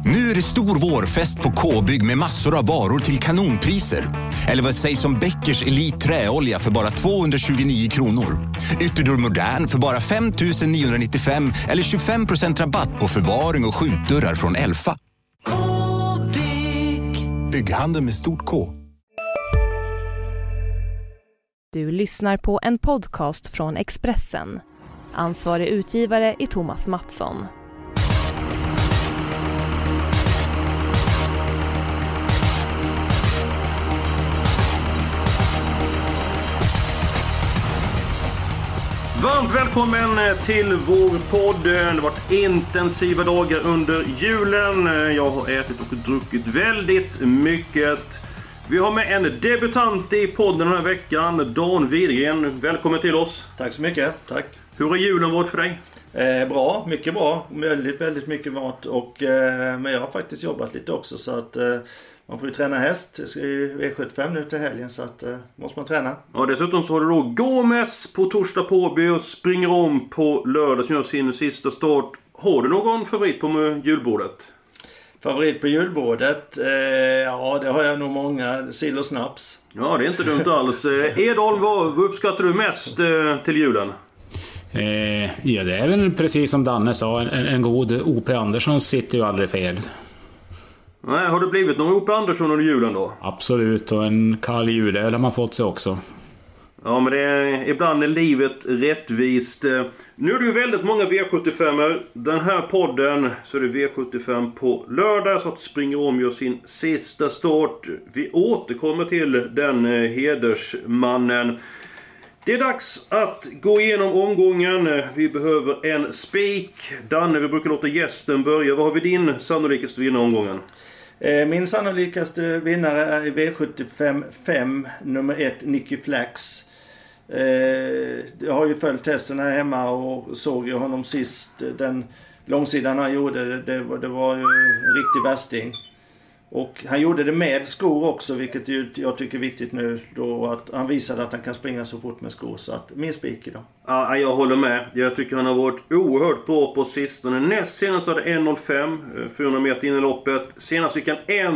Nu är det stor vårfest på K-bygg med massor av varor till kanonpriser. Eller vad sägs om Bäckers Elite träolja för bara 229 kronor. Ytterdörr Modern för bara 5 995 eller 25% rabatt på förvaring och skjutdörrar från Elfa. K-bygg. Bygghandel med stort K. Du lyssnar på en podcast från Expressen. Ansvarig utgivare är Thomas Mattsson. Varmt välkommen till vår podd. Det har varit intensiva dagar under julen. Jag har ätit och druckit väldigt mycket. Vi har med en debutant i podden den här veckan, Dan Widgren. Välkommen till oss. Tack så mycket, tack. Hur har julen varit för dig? Bra, mycket bra. Väldigt mycket mat. Men jag har faktiskt jobbat lite också, så att man får ju träna häst. Det ska ju V75 nu till helgen, så att måste man träna. Ja, dessutom så har du då Gomes på torsdag på Åby och springer om på lördag som gör sin sista start. Har du någon favorit på julbordet? Favorit på julbordet? Ja, det har jag nog många. Sill och snaps. Ja, det är inte dumt alls. Edholm, vad uppskattar du mest till julen? Ja, det är väl precis som Danne sa. En god O.P. Andersson sitter ju aldrig fel. Nej, har det blivit någon O.P. Andersson under julen då? Absolut, och en kall julöl har man fått sig också. Ja, men det är, ibland är livet rättvist. Nu är det ju väldigt många V75-er. Den här podden så är det V75 på lördag, så att springer om gör sin sista start. Vi återkommer till den hedersmannen. Det är dags att gå igenom omgången. Vi behöver en spik. Danne, vi brukar låta gästen börja. Vad har vi din sannolikaste vinnare omgången? Min sannolikaste vinnare är i V75 5, nummer 1, Nicky Flax. Jag har ju följt testen här hemma och såg ju honom sist. Den långsidan han gjorde, det var ju en riktig värsting. Och han gjorde det med skor också, vilket jag tycker är viktigt nu då, att han visade att han kan springa så fort med skor. Så att min spik idag. Ja, jag håller med. Jag tycker han har varit oerhört bra på sistone. Näst senast var det 1.05, 400 meter in i loppet. Senast gick han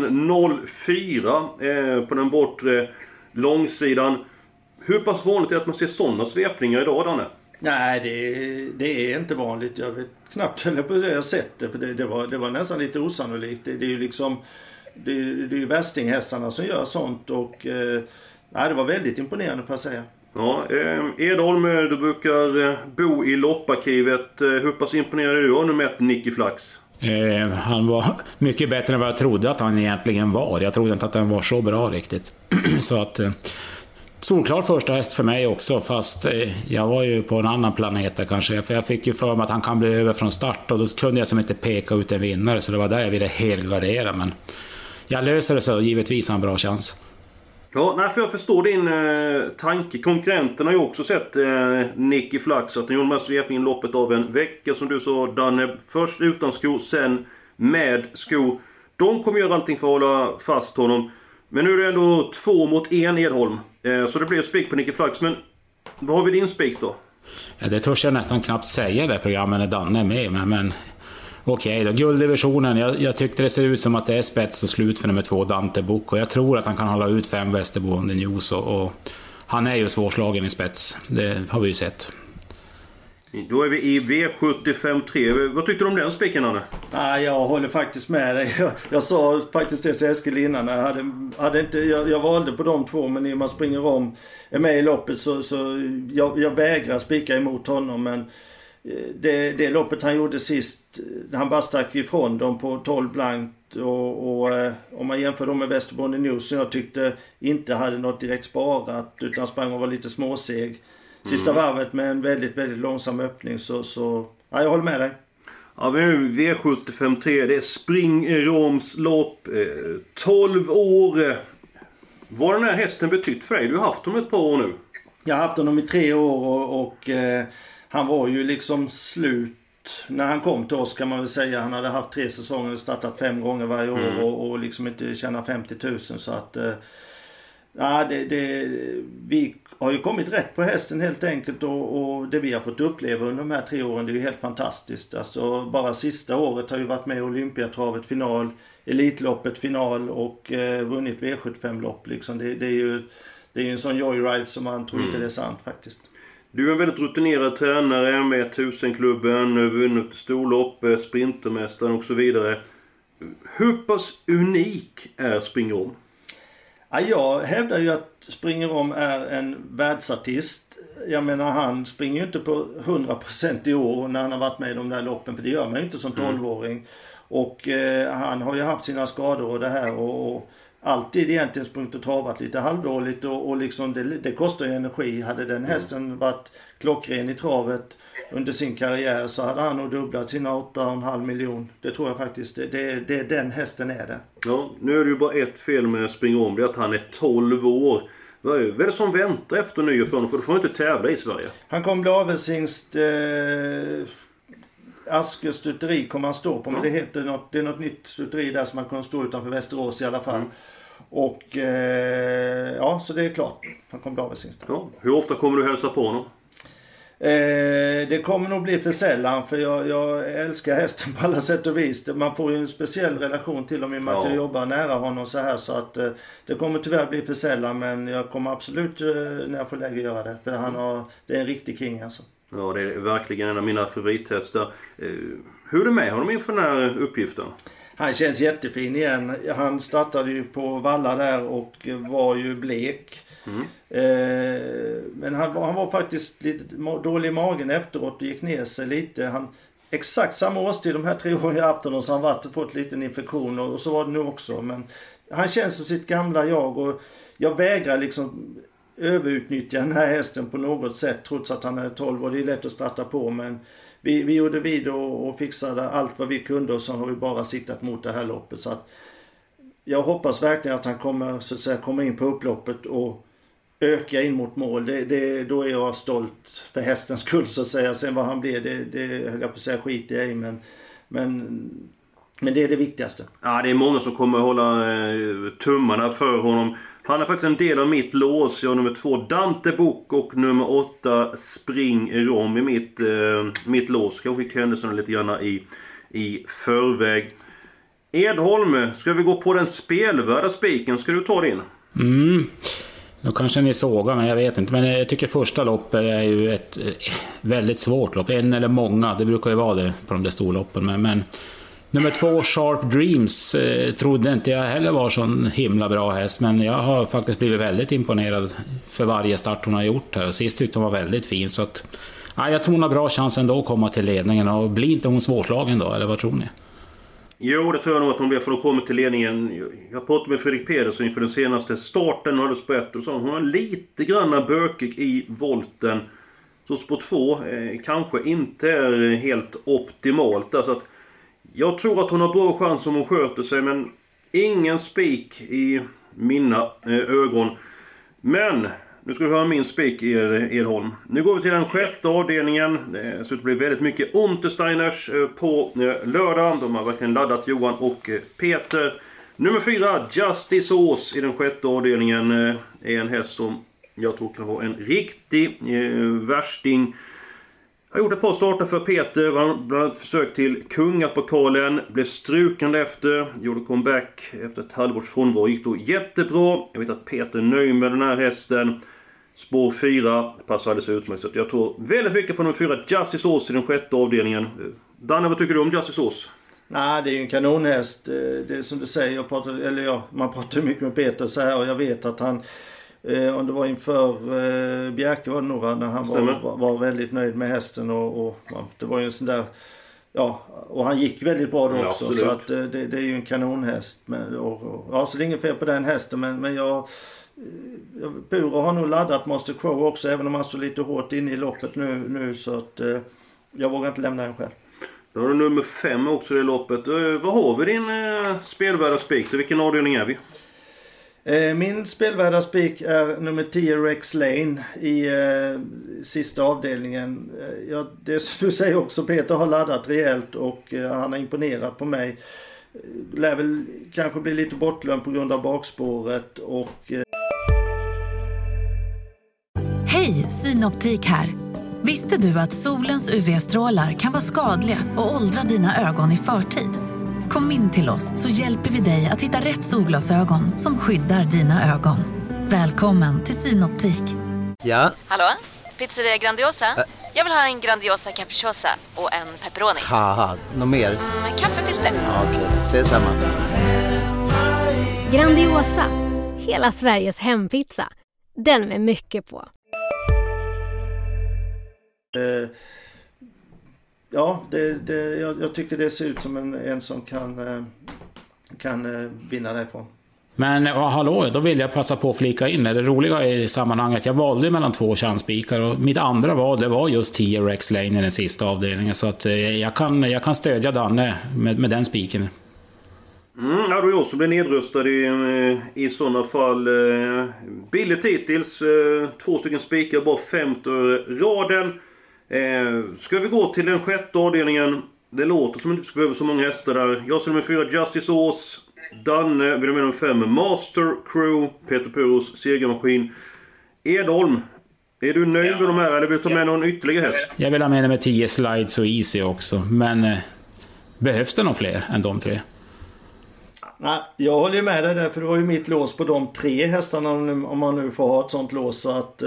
1.04 på den bortre långsidan. Hur pass vanligt är att man ser sådana svepningar idag, Danne? Nej, det är inte vanligt. Jag vet knappt eller på jag har sett det, för det var nästan lite osannolikt. Det är ju liksom det är ju värstinghästarna som gör sånt, och nej, det var väldigt imponerande för att säga. Ja, Edholm, du brukar bo i lopparkivet. Hur pass imponerad är du nu med Nicky Flax? Han var mycket bättre än vad jag trodde att han egentligen var. Jag trodde inte att han var så bra riktigt. Så att solklar första häst för mig också, fast jag var ju på en annan planet där kanske. För jag fick ju för mig att han kan bli över från start, och då kunde jag som inte peka ut en vinnare, så det var där jag ville helgardera. Men jag löser det, så givetvis har en bra chans. Ja, nej, för jag förstår din tanke. Konkurrenterna har ju också sett Nicky Flax, att han gjorde med svepningen loppet av en vecka, som du sa, Danne. Först utan sko, sen med sko. De kommer göra allting för att hålla fast honom. Men nu är det ändå 2 mot 1 Edholm. Så det blir spik på Nicky Flax. Men vad har vi din spik då? Ja, det törs jag nästan knappt säga det programmet när Danne är med. Men okej, då gulddivisionen. Jag tyckte det ser ut som att det är spets och slut för nummer 2 Dante Book. Och jag tror att han kan hålla ut 5 Västerbo on the News. Och han är ju svårslagen i spets. Det har vi ju sett. Då är vi i V75-3. Vad tyckte du om den spiken, Anne? Nej, jag håller faktiskt med dig. Jag sa faktiskt det till Eskil innan. Jag valde på de två, men när man springer om är med i loppet så jag vägrar spika emot honom. Men det loppet han gjorde sist, han bara stack ifrån dem på 12 blankt. Och om man jämför dem med Västerbotten News, som jag tyckte inte hade något direkt sparat, utan sprang och var lite småseg sista varvet med en väldigt, väldigt långsam öppning, så ja, jag håller med dig. Ja, vi är V75-3, det är springromslopp, 12 år. Vad har den här hästen betytt för dig? Du har haft honom ett par år nu. Jag har haft honom i 3 år och han var ju liksom slut när han kom till oss, kan man väl säga. Han hade haft 3 säsonger, startat 5 gånger varje år och liksom inte tjänat 50 000, så att ja, vi har ju kommit rätt på hästen helt enkelt och det vi har fått uppleva under de här 3 åren, det är ju helt fantastiskt. Alltså bara sista året har ju varit med i Olympiatravet final, Elitloppet final och vunnit V75-lopp liksom. Det är ju en sån joyride som man tror inte det är sant faktiskt. Du är en väldigt rutinerad tränare med 1000-klubben, vunnit storlopp, sprintermästaren och så vidare. Hur pass unik är Springer Om? Ja, jag hävdar ju att Springer Om är en världsartist. Jag menar, han springer ju inte på 100% i år när han har varit med i de där loppen, för det gör man ju inte som 12-åring. Och han har ju haft sina skador och det här och alltid egentligen sprungit och travat lite halvdåligt och liksom det kostar ju energi. Hade den hästen varit klockren i travet under sin karriär så hade han nog dubblat sina 8,5 miljoner. Det tror jag faktiskt. Det den hästen är det. Ja, nu är det ju bara ett fel med Springer Om, det är att han är 12 år. Vad är det som väntar efter nyår för honom? För då får han inte tävla i Sverige. Han kommer bli avelshingst. Aske stuteri kommer han stå på, men det är något nytt stuteri där som man kan stå utanför Västerås i alla fall. Och ja, så det är klart. Han kommer bli avelshingst. Ja. Hur ofta kommer du hälsa på honom? Det kommer nog bli för sällan, för jag älskar hästen på alla sätt och vis. Man får ju en speciell relation till honom i och med att jag jobbar nära honom så här, så att det kommer tyvärr bli för sällan, men jag kommer absolut när jag får lägga göra det, för det är en riktig king alltså. Ja, det är verkligen en av mina favorithästar. Hur är det med honom inför den här uppgiften? Han känns jättefin igen. Han startade ju på Valla där och var ju blek. Men han var faktiskt lite dålig i magen efteråt och gick ner sig lite. Exakt samma årstid, de här 3 åren jag haft honom, så han fått lite infektion och så var det nu också. Men han känns som sitt gamla jag och jag vägrar liksom överutnyttja den här hästen på något sätt trots att han är 12 och det är lätt att starta på, men vi gjorde vid och fixade allt vad vi kunde och så har vi bara siktat mot det här loppet, så att jag hoppas verkligen att han kommer så att säga komma in på upploppet och öka in mot mål. Då är jag stolt för hästens skull så att säga. Sen vad han blir, det höll jag på att säga skit i, men det är det viktigaste. Ja, det är många som kommer hålla tummarna för honom. Han är faktiskt en del av mitt lås. Jag har nummer 2 Dante Book och nummer 8 Spring Rom i mitt lås. Jag skickar händelserna lite grann i förväg. Edholm, ska vi gå på den spelvärda spiken? Ska du ta din? Då kanske ni sågar, men jag vet inte. Men jag tycker första loppet är ju ett väldigt svårt lopp. En eller många, det brukar ju vara det på de där storloppen. Men nummer 2 Sharp Dreams trodde inte jag heller var sån himla bra häst. Men jag har faktiskt blivit väldigt imponerad för varje start hon har gjort här. Sist tyckte hon var väldigt fin, så att jag tror hon har bra chans ändå att komma till ledningen. Och blir inte hon svårslagen då, eller vad tror ni? Jo, det tror jag nog att hon blir, för att komma till ledningen. Jag pratade med Fredrik Pedersen inför den senaste starten och hade spett och så. Hon har lite granna bökig i volten. Så spår 2 kanske inte är helt optimalt där, så att jag tror att hon har bra chans om hon sköter sig, men ingen spik i mina ögon. Men nu ska vi höra min spik i Edholm. Nu går vi till den 6:e avdelningen. Det ser ut att bli väldigt mycket Untersteiners på lördag. De har verkligen laddat Johan och Peter. Nummer 4 Justice Ås i den 6:e avdelningen är en häst som jag tror kan vara en riktig värsting. Jag har gjort ett par starter för Peter. Han bland annat försök till kungapokalen. Blev strukande efter. Gjorde comeback efter ett halvårs frånvaro. Gick då jättebra. Jag vet att Peter är nöjd med den här hästen. Spår 4 passar alldeles utmärkt. Så jag tror väldigt mycket på nummer 4 Justice Ås i den 6:e avdelningen. Danne, vad tycker du om Justice Ås? Nej, det är ju en kanonhäst. Det är som du säger, man pratar mycket med Peter så här, och jag vet att han, om det var inför Bjerke var det nog, när han var väldigt nöjd med hästen och det var ju en sån där, ja, och han gick väldigt bra då också, absolut. Så att det är ju en kanonhäst ja, så det är ingen fel på den hästen, men Buro har nog laddat Master Crow också, även om han står lite hårt inne i loppet nu så att jag vågar inte lämna den själv. Då har du nummer 5 också i loppet. Vad har vi din spelvärda spik? Vilken avdelning är vi? Min spelvärda spik är nummer 10 Rex Lane i sista avdelningen. Det som du säger också, Peter har laddat rejält och han har imponerat på mig. Lär väl kanske bli lite bortglömd på grund av bakspåret och Hej, Synoptik här. Visste du att solens UV-strålar kan vara skadliga och åldra dina ögon i förtid? Kom in till oss så hjälper vi dig att hitta rätt solglasögon som skyddar dina ögon. Välkommen till Synoptik. Ja? Hallå? Pizzeria Grandiosa? Jag vill ha en Grandiosa capriciosa och en pepperoni. Haha, något mer? Kaffefilter. Ja, okej, ses samma. Grandiosa, hela Sveriges hempizza. Den med mycket på. Ja, jag tycker det ser ut som en som kan vinna därifrån. Men hallå, då vill jag passa på att flika in. Det roliga i sammanhanget, jag valde mellan 2 chanspikar och mitt andra val, det var just 10 Rex Lane i den sista avdelningen. Så att jag kan stödja Danne med den spiken. Ja, då är jag som blir nedröstad i sådana fall. Billigt hittills, 2 stycken spikar, bara 50 raden. Ska vi gå till den 6:e avdelningen? Det låter som att vi inte ska behöva så många hästar där. Jag ser nummer 4 Justice Ås, Danne vill ha med nummer 5 Master Crew, Peter Puros segermaskin. Edholm, är du nöjd med de här eller vill du ta med någon ytterligare häst? Jag vill ha med nummer 10 Slides och Easy också. Men behövs det någon fler än de 3? Nej, jag håller ju med dig där, för det var ju mitt lås på de 3 hästarna om man nu får ha ett sånt lås, så att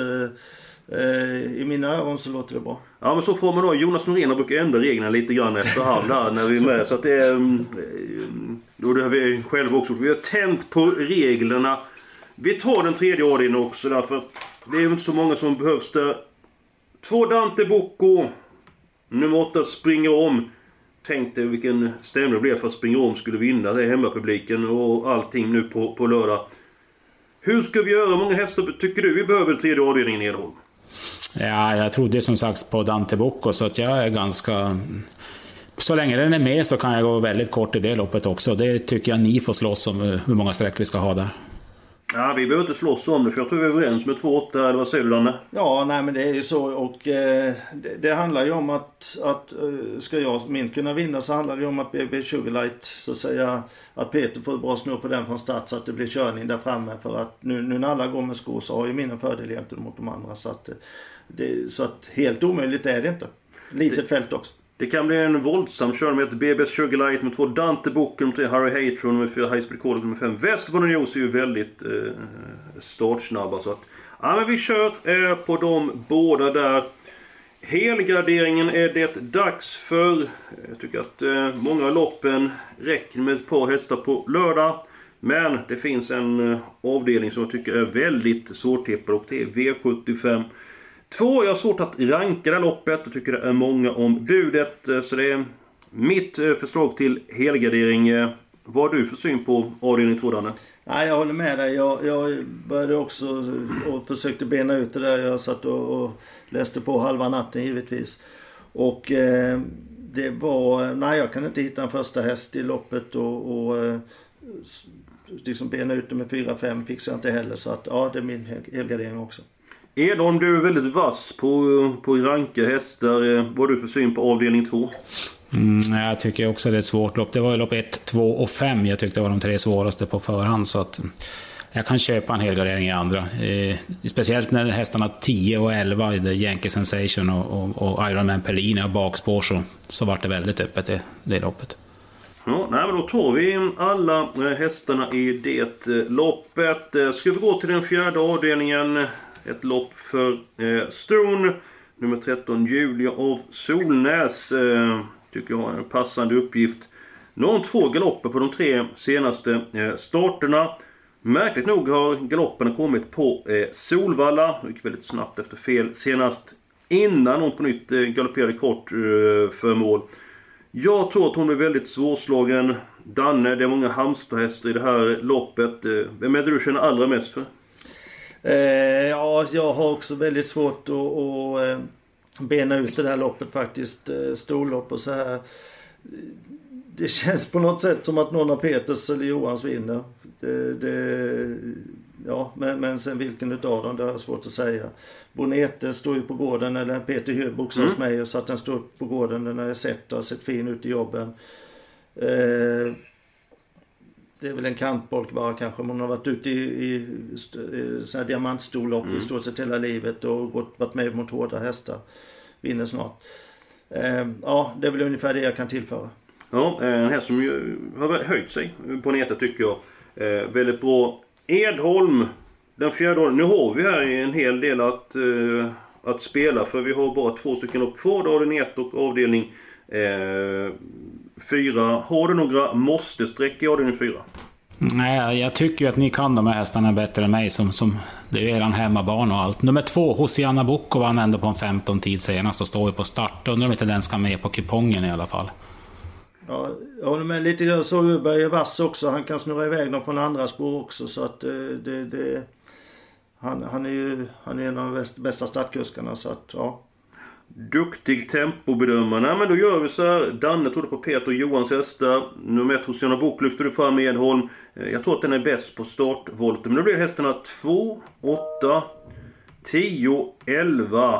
i mina ögon så låter det bra. Ja, men så får man då. Jonas Norén brukar ändra reglerna lite grann efterhand här när vi är med, så att det är då det har vi själva också. Vi har tänt på reglerna. Vi tar den 3:e avdelningen också, därför att det är ju inte så många som behövs där. 2 Dante Bocco, nummer 8 Springer Om. Tänkte vilken stämning det blev för att Springer Om skulle vinna. Det är hemmapubliken och allting nu på lördag. Hur ska vi göra? Många hästar tycker du vi behöver 3:e avdelningen i Edholm? Ja, jag trodde som sagt på Dante Bocco, så att jag är ganska... Så länge den är med så kan jag gå väldigt kort i det loppet också. Det tycker jag ni får slåss om, hur många streck vi ska ha där. Ja, vi behöver inte slåss om det, för jag tror vi är överens med 2-8, eller vad säger du, Danne? Ja, nej, men det är ju så, och det handlar ju om att ska jag minst kunna vinna, så handlar det ju om att BB Sugarlight, så att säga, att Peter får bra snurr på den från start, så att det blir körning där framme, för att nu när alla går med skor så har ju mina fördel egentligen mot de andra, så att helt omöjligt är det inte. Litet fält också. Det kan bli en våldsam körning med BB's Sugarlight med 2 Dante Bocco, med 3 Harry Hatron, med 4 High Speed Call, med 5 Westbourne News är ju väldigt startsnabba, så att ja, men vi kör på de båda där. Helgarderingen är det dags för. Jag tycker att många av loppen räcker med ett par hästar på lördag, men det finns en avdelning som jag tycker är väldigt svårtippad, och det är V75 2. Jag har svårt att ranka det loppet. Jag tycker det är många om budet. Så det är mitt förslag till helgardering. Vad har du för syn på avdelning 2, Danne? Nej, jag håller med dig. Jag började också och försökte bena ut det där. Jag satt och läste på halva natten givetvis. Och det var... Nej, jag kan inte hitta en första häst i loppet och liksom bena ut det med 4-5 fixar jag inte heller. Så att ja, det är min helgardering också. Edholm, du är väldigt vass på ranka hästar. Vad har du för syn på avdelning 2? Jag tycker också det är ett svårt lopp. Det var ju lopp 1, 2 och 5. Jag tyckte det var de 3 svåraste på förhand. Så att jag kan köpa en helgardering i andra. Speciellt när hästarna 10 och 11, The Yankee Sensation och Ironman Pellini och bakspår, så var det väldigt öppet det loppet. Ja, nej, men då tar vi alla hästarna i det loppet. Ska vi gå till den 4:e avdelningen? Ett lopp för Stone, nummer 13 Julia av Solnäs, tycker jag har en passande uppgift. Nu har hon 2 galopper på de 3 senaste starterna. Märkligt nog har galopperna kommit på Solvalla. Det gick väldigt snabbt efter fel senast, innan hon på nytt galopperade kort för mål. Jag tror att hon är väldigt svårslagen. Danne, det är många hamsterhästar i det här loppet. Vem är det du känner allra mest för? Ja, jag har också väldigt svårt att bena ut det där loppet faktiskt. Storlopp och så här. Det känns på något sätt som att någon av Peters eller Johans vinner. Ja, men sen vilken utav dem, det är svårt att säga. Bonete står ju på gården, eller Peter Hö boxar hos mig, så att den står på gården. Den har sett fin ut i jobben. det är väl en kantbolk bara kanske. Man har varit ute i sån här diamantstorlopp i stort sett hela livet och varit med mot hårda hästar. Vinner snart. Ja, det är väl ungefär det jag kan tillföra. Ja, en häst som ju har höjt sig på nätet tycker jag. Väldigt bra. Edholm, den fjärde åren. Nu har vi här en hel del att spela, för vi har bara 2 stycken upp kvar. Avdelning 1 och avdelning 4. Har du några måste-streck i avdelning 4? Nej, jag tycker att ni kan de här hästarna bättre än mig. Som det är ju eran hemmabana och allt. Nummer 2, Hosianna Boko, vann ändå på en 15 tid senast och står ju på start. Undrar om inte den ska med på kupongen i alla fall. Ja, jag håller med lite. Jag såg Uberg vass också. Han kan snurra iväg dem från andra spår också. Så att han är en av de bästa startkuskarna. Så att, ja. Duktig tempobedömare. Men då gör vi så här. Danne tog det på Peter och Johans hästar. Nummer 1 Hosianna Boko lyfter du fram med Edholm. Jag tror att den är bäst på startvolten. Men då blir hästarna 2, 8, 10, 11,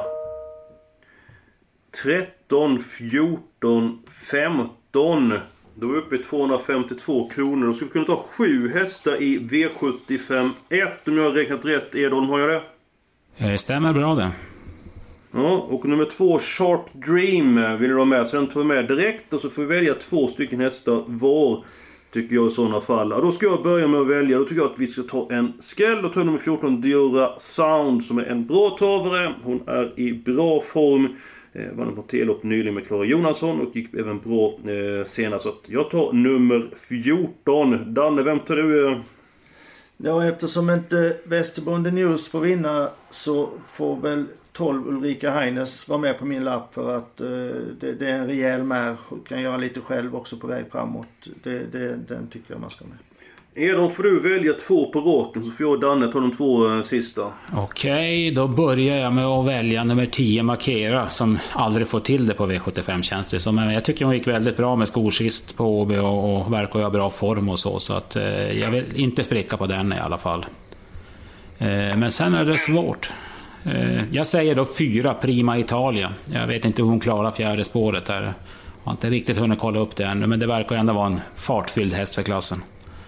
13, 14, 15. Då är vi uppe i 252 kronor. Då ska vi kunna ta 7 hästar i V75 1. Om jag har räknat rätt, Edholm, har jag det? Det stämmer bra det. Ja, och nummer 2, Sharp Dream, vill du ha med. Så den tar vi med direkt och så får vi välja 2 stycken hästar var, tycker jag i sådana fall. Ja, då ska jag börja med att välja. Då tycker jag att vi ska ta en skräll och ta nummer 14, Diora Sound, som är en bra tavare. Hon är i bra form. Vann på T-lopp nyligen med Klara Jonasson och gick även bra senast. Så jag tar nummer 14. Danne, vem tar du? Ja, eftersom inte Västerbonden News får vinna så får väl 12 Ulrika Heines vara med på min lapp, för att det är en rejäl mär. Kan göra lite själv också på väg framåt. Den tycker jag man ska med. Edholm, får du välja 2 på raken så får jag och Danne ta de 2 sista. Okej, då börjar jag med att välja nummer 10 Markera, som aldrig får till det på V75 känns det som. Men jag tycker hon gick väldigt bra med skor sist på OB och verkar ha bra form och så att jag vill inte spricka på den i alla fall. Men sen är det svårt. Jag säger då 4 Prima Italia. Jag vet inte hur hon klarar fjärde spåret där. Jag har inte riktigt hunnit kolla upp det ännu, men det verkar ändå vara en fartfylld häst för klassen.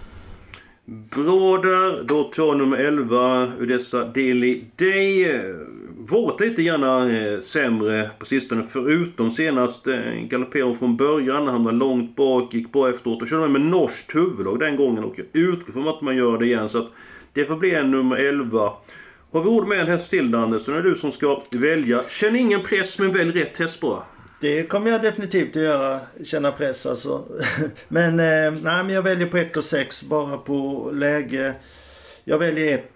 Bra där, då tar nummer 11 Udessa Daily Day. Varit lite gärna sämre på sistone, förutom senast galopperade från början, han var långt bak, gick bra efteråt och körde med norskt huvudlag den gången och jag utgår från att man gör det igen, så att det får bli en nummer 11. Har vi ord med en häst till, Danne, så är det du som ska välja. Känn ingen press, men välj rätt häst bara. Det kommer jag definitivt att göra, känna press alltså. Men jag väljer på 1 och 6 bara på läge. Jag väljer 1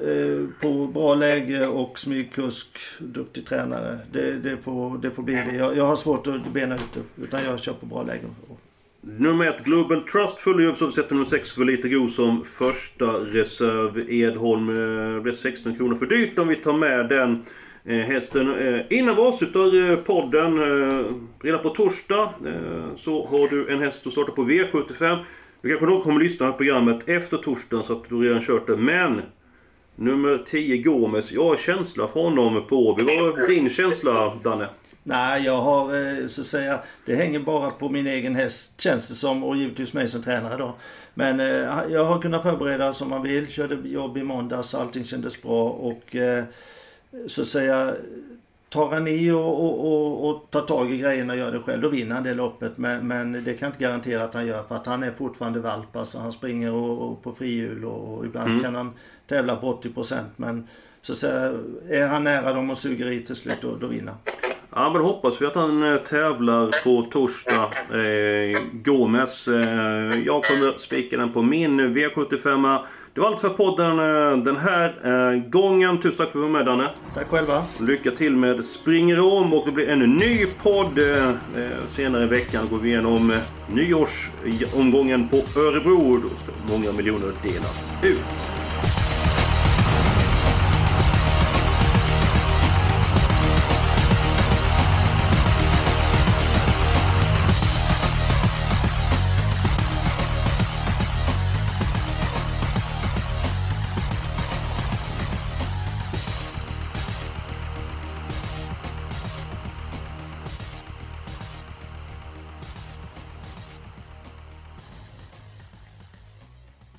på bra läge och smygkusk, duktig tränare. Det får bli det. Jag har svårt att bena ut det, utan jag kör på bra läge. Nummer 1 Global Trust följer, så vi sätter nummer 6 för lite god som första reserv. Edholm, det blir 16 kronor för dyrt om vi tar med den hästen. Innan vi avslutar podden redan på torsdag så har du en häst att starta på V75. Du kanske nog kommer lyssna på programmet efter torsdagen så att du redan kört det. Men nummer 10 Gomes, jag har känsla från honom på. Vad var din känsla, Danne? Nej, jag har så att säga, det hänger bara på min egen häst känns det som, och givetvis mig som tränare då. Men jag har kunnat förbereda som man vill, körde jobb i måndags, allting kändes bra och så att säga tar han i och tar tag i grejerna och gör det själv, då vinner han det loppet, men det kan jag inte garantera att han gör, för att han är fortfarande valp, alltså han springer och på frihjul och ibland kan han tävla på 80%, men så att säga, är han nära dem och suger i till slut då vinner. Ja, men hoppas vi att han tävlar på torsdag. Gomes, jag kommer spika den på min V75. Det var allt för podden den här gången. Tusen tack för att du var med, Danne. Tack själva. Lycka till med Springer om, och det blir en ny podd senare i veckan. Går vi igenom nyårsomgången på Örebro. Då ska många miljoner delas ut.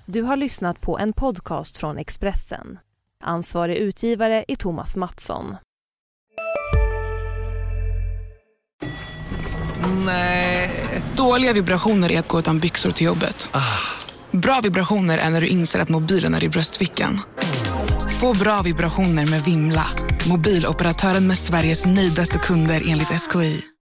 Du har lyssnat på en podcast från Expressen. Ansvarig utgivare är Thomas Mattsson. Nej. Dåliga vibrationer är att gå utan byxor till jobbet. Bra vibrationer är när du inser att mobilen är i bröstfickan. Få bra vibrationer med Vimla. Mobiloperatören med Sveriges nöjdaste kunder enligt SKI.